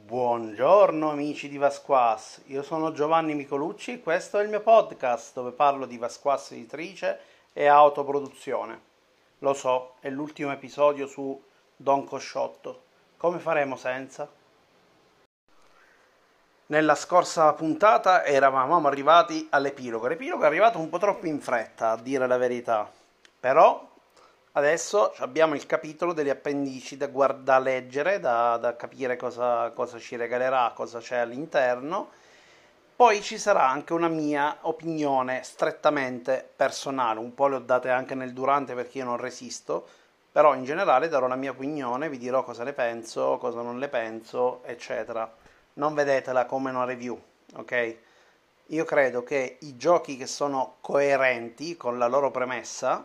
Buongiorno amici di Vasquas, io sono Giovanni Micolucci e questo è il mio podcast dove parlo di Vasquas editrice e autoproduzione. Lo so, è l'ultimo episodio su Don Cosciotto, come faremo senza? Nella scorsa puntata eravamo arrivati all'epilogo, l'epilogo è arrivato un po' troppo in fretta a dire la verità, però adesso abbiamo il capitolo delle appendici da leggere, da capire cosa ci regalerà, cosa c'è all'interno. Poi ci sarà anche una mia opinione strettamente personale, un po' le ho date anche nel durante perché io non resisto, però in generale darò la mia opinione, vi dirò cosa ne penso, cosa non ne penso, eccetera. Non vedetela come una review, ok? Io credo che i giochi che sono coerenti con la loro premessa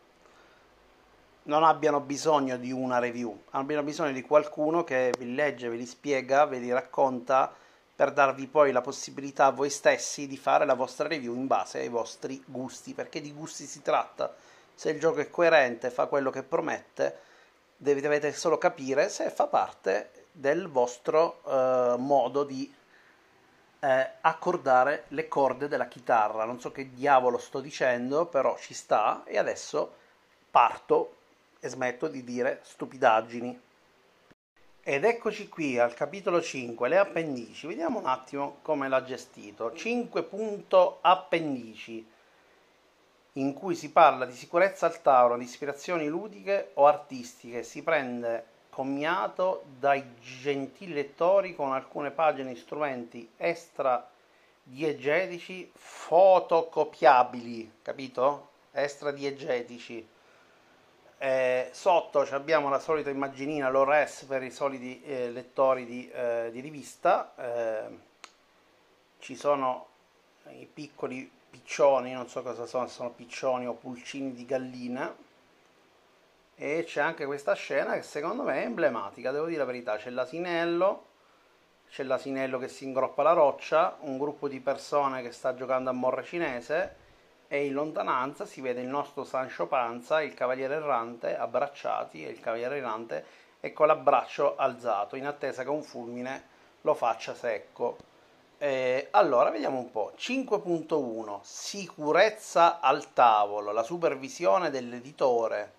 non abbiano bisogno di una review, abbiano bisogno di qualcuno che vi legge, ve li spiega, ve li racconta per darvi poi la possibilità a voi stessi di fare la vostra review in base ai vostri gusti, perché di gusti si tratta. Se il gioco è coerente, fa quello che promette, dovete solo capire se fa parte del vostro modo di accordare le corde della chitarra. Non so che diavolo sto dicendo, però ci sta e adesso parto e smetto di dire stupidaggini. Ed eccoci qui al capitolo 5, le appendici. Vediamo un attimo come l'ha gestito. 5 punto appendici, in cui si parla di sicurezza al tavolo, di ispirazioni ludiche o artistiche. Si prende commiato dai gentili lettori con alcune pagine di strumenti extra diegetici fotocopiabili, capito? Extra diegetici. Sotto abbiamo la solita immaginina LORES per i soliti lettori di rivista. Ci sono i piccoli piccioni, non so cosa sono, se sono piccioni o pulcini di gallina. E c'è anche questa scena che secondo me è emblematica, devo dire la verità. C'è l'asinello che si ingroppa alla roccia, un gruppo di persone che sta giocando a morra cinese e in lontananza si vede il nostro Sancho Panza e il cavaliere errante abbracciati, e il cavaliere errante è con l'abbraccio alzato in attesa che un fulmine lo faccia secco. Allora vediamo un po'. 5.1 sicurezza al tavolo, la supervisione dell'editore.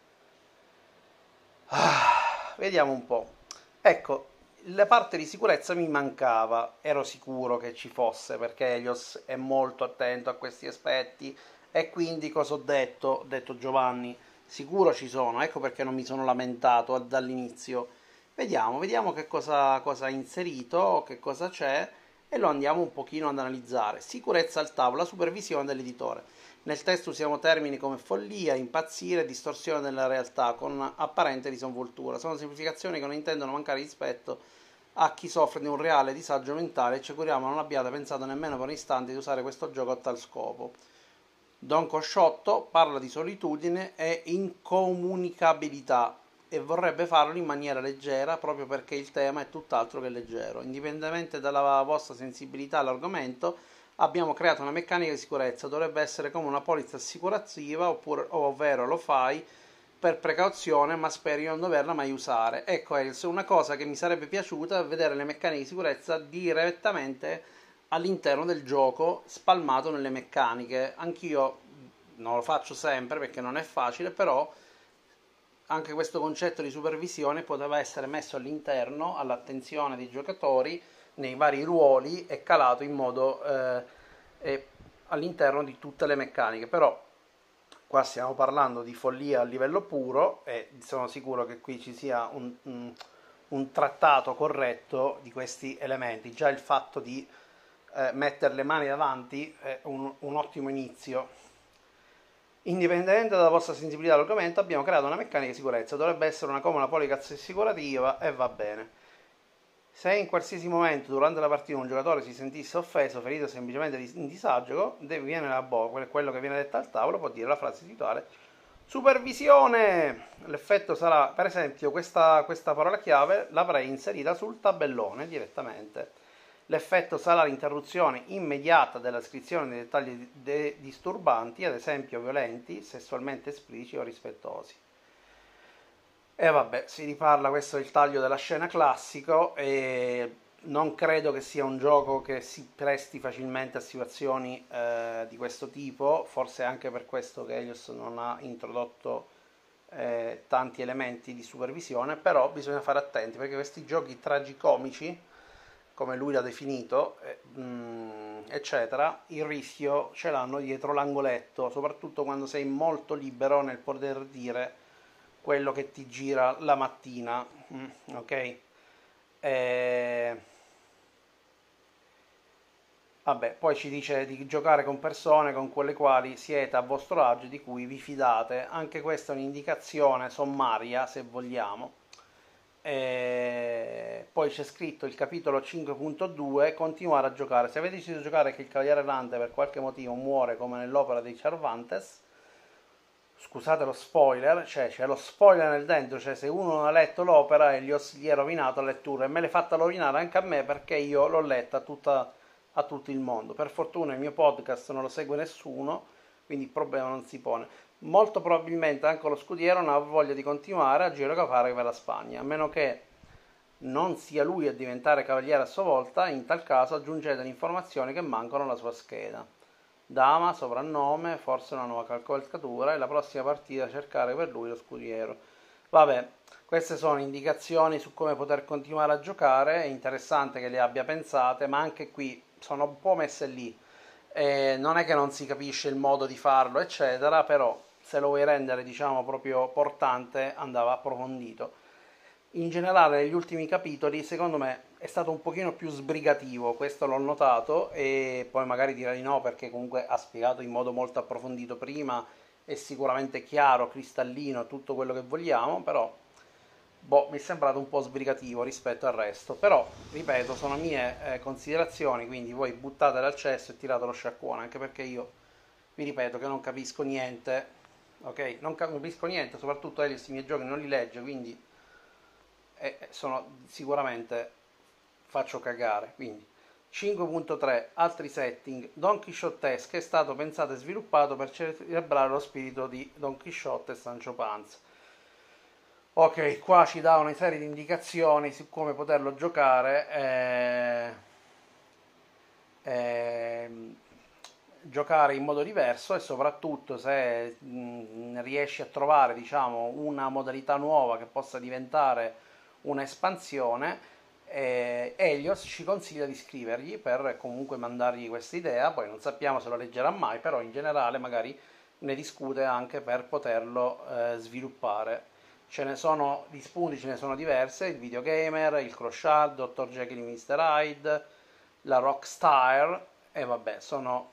Vediamo un po'. Ecco, la parte di sicurezza mi mancava, ero sicuro che ci fosse perché Elios è molto attento a questi aspetti e quindi cosa ho detto? Ho detto Giovanni, sicuro ci sono, ecco perché non mi sono lamentato dall'inizio. Vediamo che cosa ha inserito, che cosa c'è e lo andiamo un pochino ad analizzare. Sicurezza al tavolo, la supervisione dell'editore. Nel testo usiamo termini come follia, impazzire, distorsione della realtà con apparente disinvoltura. Sono semplificazioni che non intendono mancare rispetto a chi soffre di un reale disagio mentale e ci auguriamo non abbiate pensato nemmeno per un istante di usare questo gioco a tal scopo. Don Cosciotto parla di solitudine e incomunicabilità e vorrebbe farlo in maniera leggera proprio perché il tema è tutt'altro che leggero. Indipendentemente dalla vostra sensibilità all'argomento, abbiamo creato una meccanica di sicurezza, dovrebbe essere come una polizza assicurativa, ovvero lo fai per precauzione, ma speri di non doverla mai usare. Ecco, Elsa, una cosa che mi sarebbe piaciuta è vedere le meccaniche di sicurezza direttamente all'interno del gioco, spalmato nelle meccaniche. Anch'io non lo faccio sempre perché non è facile, però anche questo concetto di supervisione poteva essere messo all'interno, all'attenzione dei giocatori, nei vari ruoli e calato in modo all'interno di tutte le meccaniche. Però qua stiamo parlando di follia a livello puro e sono sicuro che qui ci sia un trattato corretto di questi elementi. Già il fatto di mettere le mani davanti è un ottimo inizio. Indipendentemente dalla vostra sensibilità all'argomento, abbiamo creato una meccanica di sicurezza. Dovrebbe essere una comoda polizza assicurativa e va bene. Se in qualsiasi momento durante la partita un giocatore si sentisse offeso, ferito o semplicemente in disagio, viene quello che viene detto al tavolo può dire la frase titolare supervisione. L'effetto sarà, per esempio, questa parola chiave l'avrei inserita sul tabellone direttamente. L'effetto sarà l'interruzione immediata della descrizione dei dettagli disturbanti, ad esempio violenti, sessualmente espliciti o rispettosi. E vabbè, si riparla, questo è il taglio della scena classico e non credo che sia un gioco che si presti facilmente a situazioni di questo tipo, forse anche per questo che Helios non ha introdotto tanti elementi di supervisione, però bisogna fare attenti perché questi giochi tragicomici, come lui l'ha definito, eccetera, il rischio ce l'hanno dietro l'angoletto, soprattutto quando sei molto libero nel poter dire quello che ti gira la mattina, ok? E... Vabbè, poi ci dice di giocare con persone con quelle quali siete a vostro agio, di cui vi fidate. Anche questa è un'indicazione sommaria, se vogliamo. E poi c'è scritto il capitolo 5.2, continuare a giocare. Se avete deciso di giocare che il Cavaliere Errante per qualche motivo muore come nell'opera di Cervantes, scusate lo spoiler, cioè c'è lo spoiler nel dentro, cioè se uno non ha letto l'opera e gli è rovinato la lettura e me l'è fatta rovinare anche a me perché io l'ho letta tutta a tutto il mondo. Per fortuna il mio podcast non lo segue nessuno, quindi il problema non si pone. Molto probabilmente anche lo scudiero non ha voglia di continuare a girocafare per la Spagna, a meno che non sia lui a diventare cavaliere a sua volta, in tal caso aggiungete le informazioni che mancano alla sua scheda. Dama, soprannome, forse una nuova cavalcatura e la prossima partita cercare per lui lo scudiero. Vabbè, queste sono indicazioni su come poter continuare a giocare, è interessante che le abbia pensate, ma anche qui sono un po' messe lì. Non è che non si capisce il modo di farlo, eccetera, però se lo vuoi rendere, diciamo, proprio portante, andava approfondito. In generale negli ultimi capitoli secondo me è stato un pochino più sbrigativo, questo l'ho notato e poi magari direi di no perché comunque ha spiegato in modo molto approfondito prima, è sicuramente chiaro, cristallino, tutto quello che vogliamo, però boh, mi è sembrato un po' sbrigativo rispetto al resto, però ripeto sono mie considerazioni, quindi voi buttatele al cesso e tirate lo sciacquone, anche perché io vi ripeto che non capisco niente, ok? Non capisco niente, soprattutto Elias i miei giochi non li legge, quindi sono sicuramente faccio cagare. Quindi 5.3 altri setting Don Quixotesque è stato pensato e sviluppato per celebrare lo spirito di Don Quixote e Sancho Panza. Ok, qua ci dà una serie di indicazioni su come poterlo giocare. Giocare in modo diverso e soprattutto se riesci a trovare, diciamo, una modalità nuova che possa diventare un'espansione, Helios ci consiglia di scrivergli per comunque mandargli questa idea, poi non sappiamo se lo leggerà mai, però in generale magari ne discute anche per poterlo sviluppare. Ce ne sono di spunti, ce ne sono diverse, il videogamer, il Crochard, Dr. Jekyll e Mr. Hyde, la Rockstar e vabbè, sono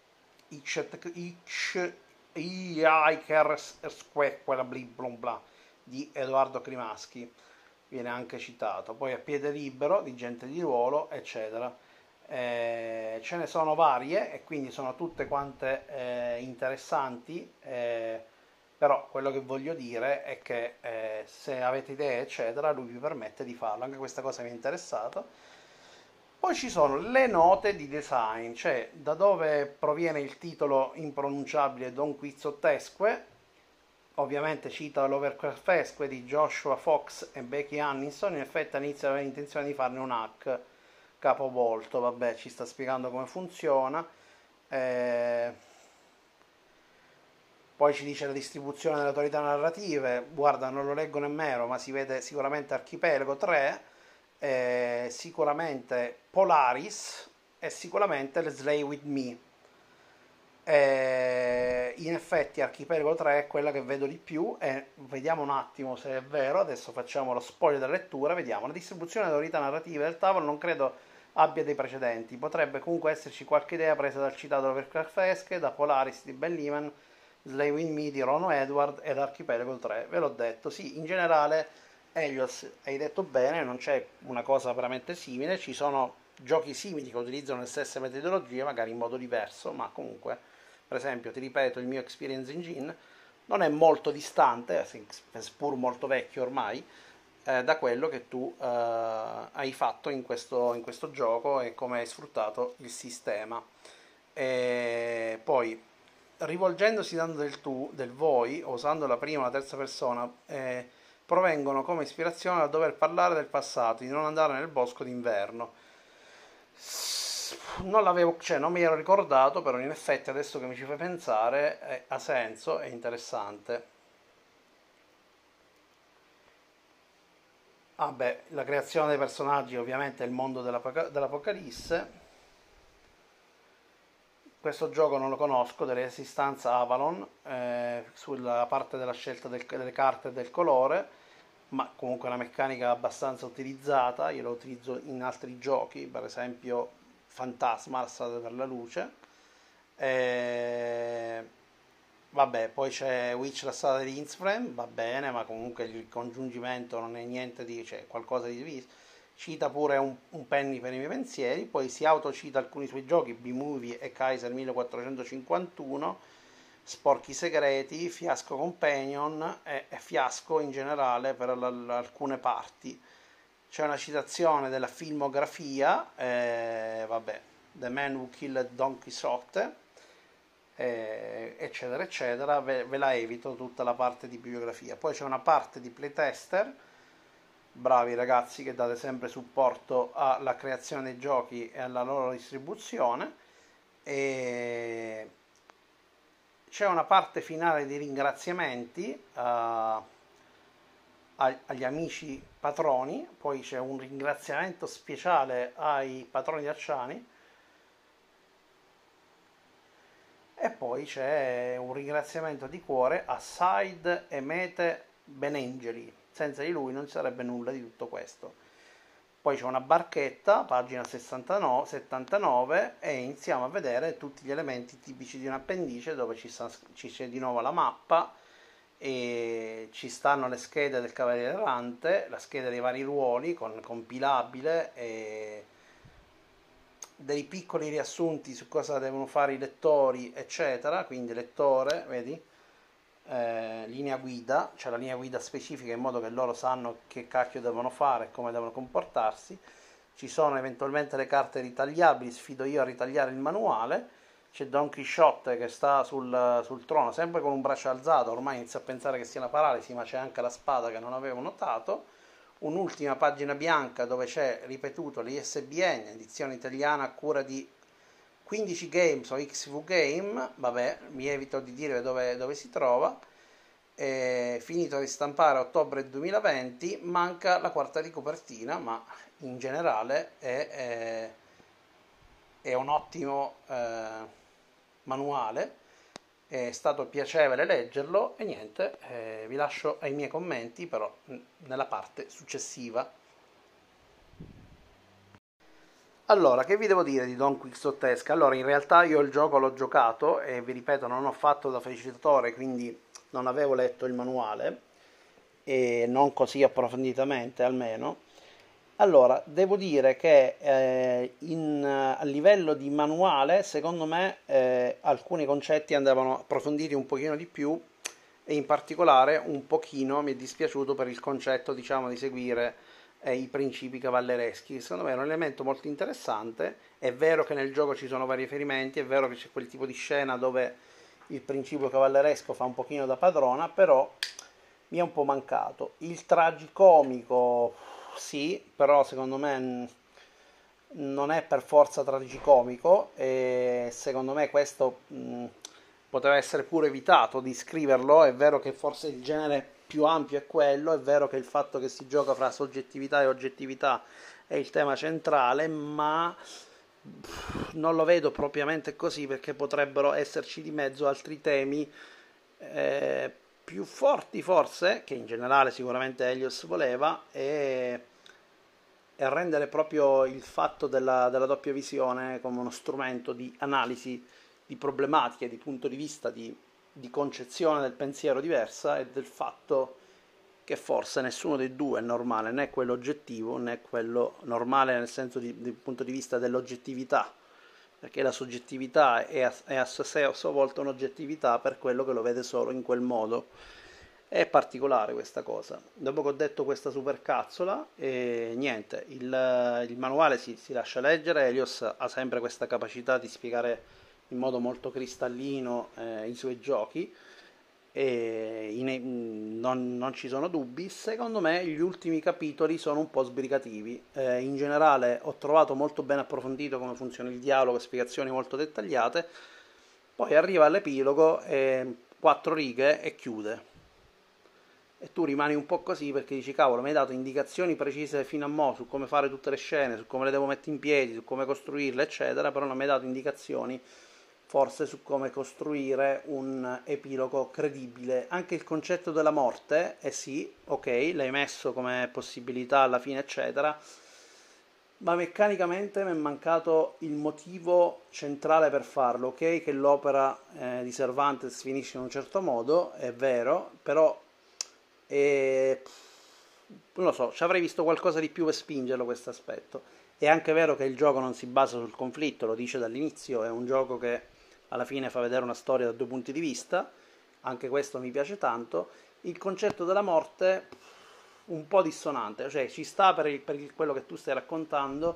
quella bla di Edoardo Crimaschi viene anche citato, poi a piede libero di gente di ruolo eccetera. Ce ne sono varie e quindi sono tutte quante interessanti, però quello che voglio dire è che se avete idee eccetera lui vi permette di farlo, anche questa cosa mi è interessata. Poi ci sono le note di design, cioè da dove proviene il titolo impronunciabile Don Quixotesque. Ovviamente cita l'Overcraftesque di Joshua Fox e Becky Hanninson, in effetti all'inizio aveva intenzione di farne un hack capovolto, vabbè ci sta spiegando come funziona. Poi ci dice la distribuzione delle autorità narrative, guarda non lo leggo nemmeno, ma si vede sicuramente Archipelago 3, sicuramente Polaris e sicuramente The Slay With Me. In effetti Archipelago 3 è quella che vedo di più e vediamo un attimo se è vero, adesso facciamo lo spoiler della lettura, vediamo. La distribuzione delle autorità narrative del tavolo non credo abbia dei precedenti, potrebbe comunque esserci qualche idea presa dal citato Lovecraft, da Polaris di Ben Lehman, Slay With Me di Ron Edward ed Archipelago 3, ve l'ho detto, sì, in generale Helios hai detto bene, non c'è una cosa veramente simile, ci sono giochi simili che utilizzano le stesse metodologie, magari in modo diverso, ma comunque, per esempio, ti ripeto, il mio Experience Engine non è molto distante, seppur molto vecchio ormai, da quello che tu hai fatto in questo gioco e come hai sfruttato il sistema. E poi, rivolgendosi dando del tu, del voi, o usando la prima o la terza persona, provengono come ispirazione da dover parlare del passato, di non andare nel bosco d'inverno. Non l'avevo, cioè non mi ero ricordato, però in effetti adesso che mi ci fai pensare ha senso, è interessante. Vabbè, la creazione dei personaggi ovviamente è il mondo dell'Apocalisse. Questo gioco non lo conosco, delle Resistance Avalon, sulla parte della scelta delle carte e del colore, ma comunque è una meccanica abbastanza utilizzata, io lo utilizzo in altri giochi, per esempio Fantasma, la strada per la luce. Eh, Vabbè, poi c'è Witch, la strada di Innsframe, va bene, ma comunque il congiungimento non è niente di, cioè qualcosa di visto. Cita pure un penny per i miei pensieri, poi si autocita alcuni suoi giochi, B-Movie e Kaiser 1451, Sporchi segreti, Fiasco Companion e Fiasco in generale per alcune parti. C'è una citazione della filmografia, vabbè, The Man Who Killed Don Quixote, eccetera, eccetera. Ve la evito tutta la parte di bibliografia. Poi c'è una parte di playtester, bravi ragazzi che date sempre supporto alla creazione dei giochi e alla loro distribuzione. E c'è una parte finale di ringraziamenti agli amici patroni, poi c'è un ringraziamento speciale ai patroni di Acciani e poi c'è un ringraziamento di cuore a Said e Mete Benengeli. Senza di lui non ci sarebbe nulla di tutto questo. Poi c'è una barchetta, pagina 69, 79, e iniziamo a vedere tutti gli elementi tipici di un appendice dove c'è di nuovo la mappa e ci stanno le schede del Cavaliere Errante, la scheda dei vari ruoli compilabile e dei piccoli riassunti su cosa devono fare i lettori, eccetera. Quindi lettore, vedi? Linea guida, cioè la linea guida specifica in modo che loro sanno che cacchio devono fare e come devono comportarsi. Ci sono eventualmente le carte ritagliabili, sfido io a ritagliare il manuale. C'è Don Chisciotte che sta sul trono, sempre con un braccio alzato, ormai inizio a pensare che sia una paralisi, ma c'è anche la spada che non avevo notato. Un'ultima pagina bianca dove c'è ripetuto l'ISBN, edizione italiana a cura di 15 Games o XV Game, vabbè, mi evito di dire dove si trova. Finito di stampare a ottobre 2020, manca la quarta di copertina, ma in generale è un ottimo manuale, è stato piacevole leggerlo e niente, vi lascio ai miei commenti però nella parte successiva. Allora, che vi devo dire di Don Quixotesca? Allora, in realtà io il gioco l'ho giocato e vi ripeto, non ho fatto da facilitatore, quindi non avevo letto il manuale e non così approfonditamente almeno. Allora, devo dire che a livello di manuale, secondo me, alcuni concetti andavano approfonditi un pochino di più e in particolare un pochino mi è dispiaciuto per il concetto, diciamo, di seguire i principi cavallereschi. Secondo me è un elemento molto interessante. È vero che nel gioco ci sono vari riferimenti, è vero che c'è quel tipo di scena dove il principio cavalleresco fa un pochino da padrona, però mi è un po' mancato. Il tragicomico sì, però secondo me non è per forza tragicomico e secondo me questo poteva essere pure evitato di scriverlo. È vero che forse il genere più ampio è quello, è vero che il fatto che si gioca fra soggettività e oggettività è il tema centrale, ma non lo vedo propriamente così perché potrebbero esserci di mezzo altri temi più forti forse, che in generale sicuramente Helios voleva, e rendere proprio il fatto della doppia visione come uno strumento di analisi di problematiche, di punto di vista, di concezione del pensiero diversa e del fatto che forse nessuno dei due è normale, né quello oggettivo né quello normale nel senso del punto di vista dell'oggettività, perché la soggettività è a sua volta un'oggettività per quello che lo vede solo in quel modo. È particolare questa cosa. Dopo che ho detto questa supercazzola, niente, il manuale si lascia leggere. Helios ha sempre questa capacità di spiegare in modo molto cristallino i suoi giochi. e non ci sono dubbi. Secondo me gli ultimi capitoli sono un po' sbrigativi. In generale ho trovato molto ben approfondito come funziona il dialogo, spiegazioni molto dettagliate. Poi arriva all'epilogo, 4 righe e chiude. E tu rimani un po' così perché dici, cavolo, mi hai dato indicazioni precise fino a mo' su come fare tutte le scene, su come le devo mettere in piedi, su come costruirle, eccetera, però non mi hai dato indicazioni forse su come costruire un epilogo credibile. Anche il concetto della morte, sì, ok, l'hai messo come possibilità alla fine, eccetera, ma meccanicamente mi è mancato il motivo centrale per farlo. Ok, che l'opera di Cervantes finisce in un certo modo, è vero, però non lo so, ci avrei visto qualcosa di più per spingerlo questo aspetto. È anche vero che il gioco non si basa sul conflitto, lo dice dall'inizio, è un gioco che alla fine fa vedere una storia da 2 punti di vista, anche questo mi piace tanto. Il concetto della morte un po' dissonante, cioè ci sta quello che tu stai raccontando,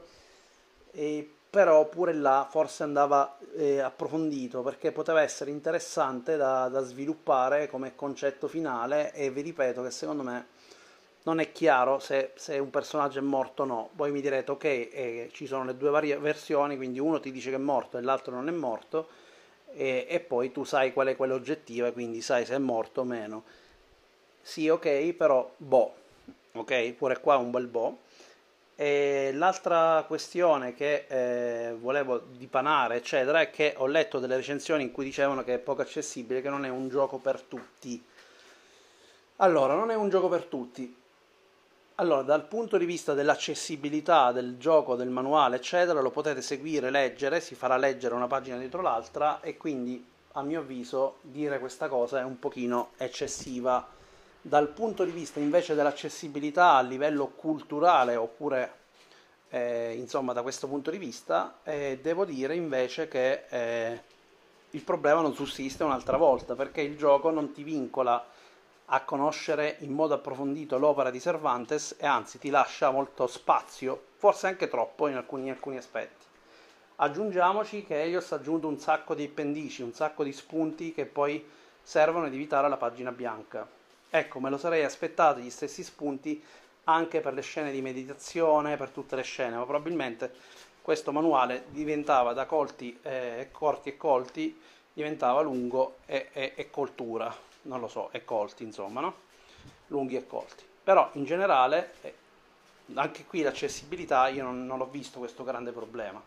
però pure là forse andava approfondito, perché poteva essere interessante da sviluppare come concetto finale, e vi ripeto che secondo me non è chiaro se un personaggio è morto o no. Voi mi direte, ok, ci sono le due varie versioni, quindi uno ti dice che è morto e l'altro non è morto, e poi tu sai qual è quella oggettiva, quindi sai se è morto o meno. Sì, ok, però boh, ok, pure qua un bel boh. E l'altra questione che volevo dipanare, eccetera, è che ho letto delle recensioni in cui dicevano che è poco accessibile, che non è un gioco per tutti. Allora, non è un gioco per tutti. Allora, dal punto di vista dell'accessibilità del gioco, del manuale, eccetera, lo potete seguire, leggere, si farà leggere una pagina dietro l'altra, e quindi, a mio avviso, dire questa cosa è un pochino eccessiva. Dal punto di vista invece dell'accessibilità a livello culturale, oppure insomma da questo punto di vista, devo dire invece che il problema non sussiste un'altra volta, perché il gioco non ti vincola a conoscere in modo approfondito l'opera di Cervantes, e anzi ti lascia molto spazio, forse anche troppo in alcuni aspetti. Aggiungiamoci che Elios ha aggiunto un sacco di appendici, un sacco di spunti che poi servono ad evitare la pagina bianca. Ecco, me lo sarei aspettato gli stessi spunti anche per le scene di meditazione, per tutte le scene, ma probabilmente questo manuale diventava da corti e colti, diventava lungo e coltura, non lo so, e colti, insomma, no? Lunghi e colti. Però in generale, anche qui l'accessibilità io non l'ho visto questo grande problema.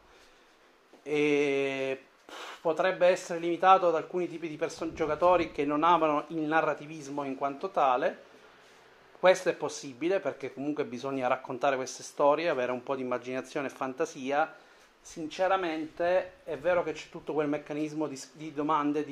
E potrebbe essere limitato ad alcuni tipi di giocatori che non amano il narrativismo in quanto tale. Questo è possibile perché comunque bisogna raccontare queste storie, avere un po' di immaginazione e fantasia. Sinceramente è vero che c'è tutto quel meccanismo di domande,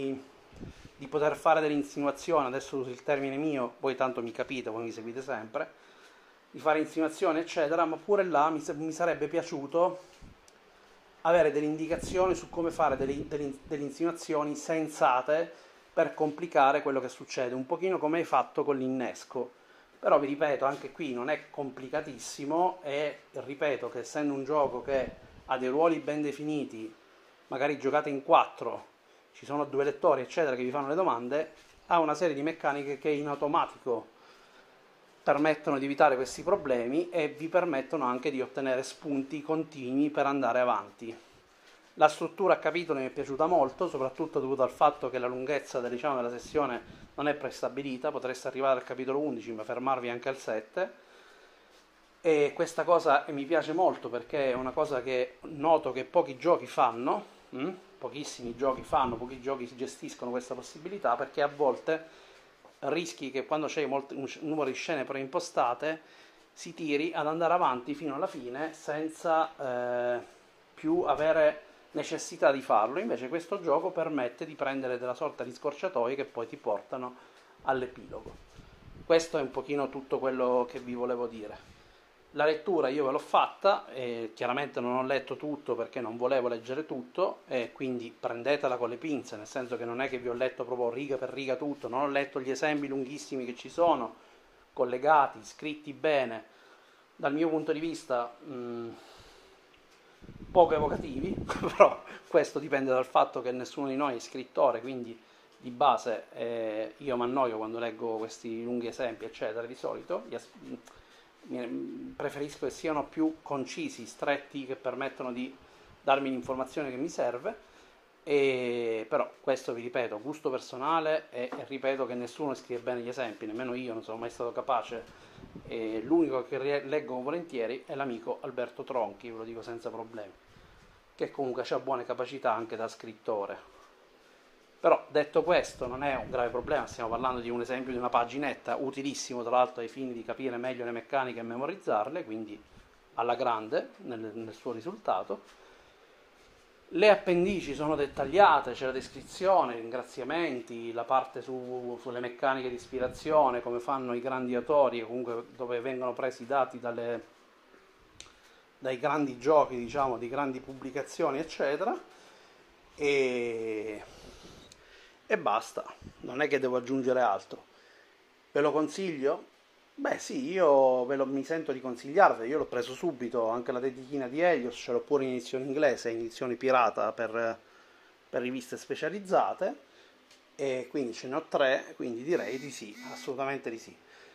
di poter fare delle insinuazioni, adesso uso il termine mio, voi tanto mi capite, voi mi seguite sempre, di fare insinuazioni eccetera, ma pure là mi sarebbe piaciuto avere delle indicazioni su come fare delle insinuazioni sensate per complicare quello che succede, un pochino come hai fatto con l'innesco. Però vi ripeto, anche qui non è complicatissimo, e ripeto che essendo un gioco che ha dei ruoli ben definiti, magari giocate in 4, ci sono 2 lettori eccetera che vi fanno le domande, ha una serie di meccaniche che in automatico permettono di evitare questi problemi e vi permettono anche di ottenere spunti continui per andare avanti. La struttura a capitoli mi è piaciuta molto, soprattutto dovuto al fatto che la lunghezza della sessione non è prestabilita, potreste arrivare al capitolo 11 ma fermarvi anche al 7, e questa cosa mi piace molto perché è una cosa che noto che pochi giochi fanno, pochi giochi si gestiscono questa possibilità, perché a volte rischi che quando c'è un numero di scene preimpostate si tiri ad andare avanti fino alla fine senza più avere necessità di farlo. Invece questo gioco permette di prendere della sorta di scorciatoie che poi ti portano all'epilogo. Questo è un pochino tutto quello che vi volevo dire. La lettura io ve l'ho fatta, e chiaramente non ho letto tutto perché non volevo leggere tutto, e quindi prendetela con le pinze, nel senso che non è che vi ho letto proprio riga per riga tutto, non ho letto gli esempi lunghissimi che ci sono, collegati, scritti bene, dal mio punto di vista poco evocativi, però questo dipende dal fatto che nessuno di noi è scrittore, quindi Di base io mi annoio quando leggo questi lunghi esempi, eccetera, di solito preferisco che siano più concisi, stretti, che permettono di darmi l'informazione che mi serve. E però questo vi ripeto, gusto personale e ripeto che nessuno scrive bene gli esempi, nemmeno io non sono mai stato capace. E l'unico che leggo volentieri è l'amico Alberto Tronchi, ve lo dico senza problemi, che comunque ha buone capacità anche da scrittore. Però detto questo non è un grave problema, stiamo parlando di un esempio di una paginetta, utilissimo tra l'altro ai fini di capire meglio le meccaniche e memorizzarle, quindi alla grande nel suo risultato. Le appendici sono dettagliate, c'è la descrizione, i ringraziamenti, la parte sulle meccaniche di ispirazione, come fanno i grandi autori, comunque dove vengono presi i dati dai grandi giochi, diciamo, di grandi pubblicazioni, eccetera. E, e basta, non è che devo aggiungere altro. Ve lo consiglio? Beh sì, mi sento di consigliarvelo, io l'ho preso subito, anche la dedichina di Helios, ce l'ho pure in edizione inglese, in edizione pirata per riviste specializzate, e quindi ce ne ho 3, quindi direi di sì, assolutamente di sì.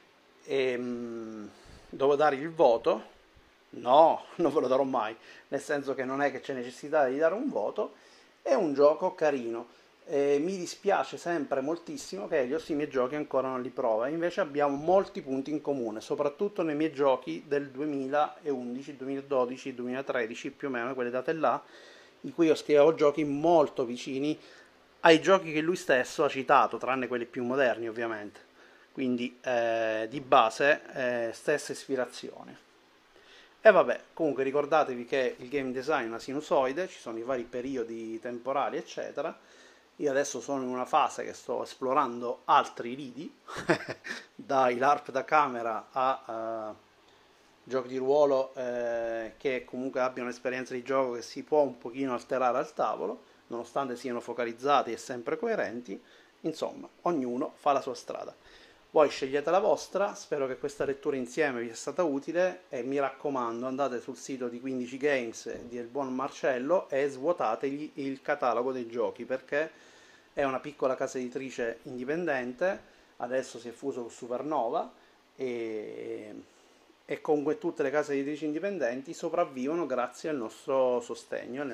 Devo dare il voto? No, non ve lo darò mai, nel senso che non è che c'è necessità di dare un voto, è un gioco carino. Mi dispiace sempre moltissimo che Helios i miei giochi ancora non li prova, invece abbiamo molti punti in comune, soprattutto nei miei giochi del 2011, 2012, 2013, più o meno quelle date là, in cui io scrivevo giochi molto vicini ai giochi che lui stesso ha citato, tranne quelli più moderni ovviamente, quindi di base stessa ispirazione. E vabbè, comunque ricordatevi che il game design è una sinusoide, ci sono i vari periodi temporali, eccetera. Io adesso sono in una fase che sto esplorando altri lidi, dai LARP da camera a giochi di ruolo che comunque abbiano un'esperienza di gioco che si può un pochino alterare al tavolo, nonostante siano focalizzati e sempre coerenti. Insomma, ognuno fa la sua strada. Voi scegliete la vostra, spero che questa lettura insieme vi sia stata utile e mi raccomando andate sul sito di 15 Games del buon Marcello e svuotategli il catalogo dei giochi, perché è una piccola casa editrice indipendente, adesso si è fuso con Supernova e comunque tutte le case editrici indipendenti sopravvivono grazie al nostro sostegno,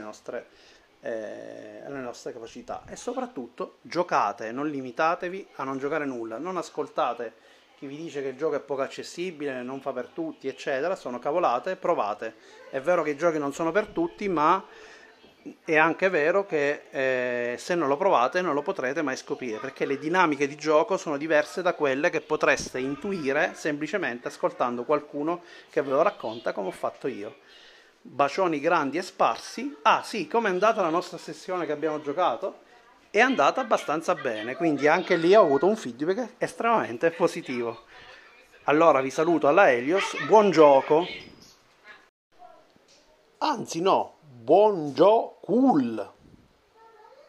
alle nostre capacità, e soprattutto giocate, non limitatevi a non giocare nulla, non ascoltate chi vi dice che il gioco è poco accessibile, non fa per tutti, eccetera, sono cavolate, provate. È vero che i giochi non sono per tutti, ma è anche vero che se non lo provate non lo potrete mai scoprire, perché le dinamiche di gioco sono diverse da quelle che potreste intuire semplicemente ascoltando qualcuno che ve lo racconta, come ho fatto io. Bacioni grandi e sparsi. Ah sì, come è andata la nostra sessione che abbiamo giocato? È andata abbastanza bene, quindi anche lì ho avuto un feedback estremamente positivo. Allora vi saluto alla Helios, buon gioco. Anzi no, buon gioco cool.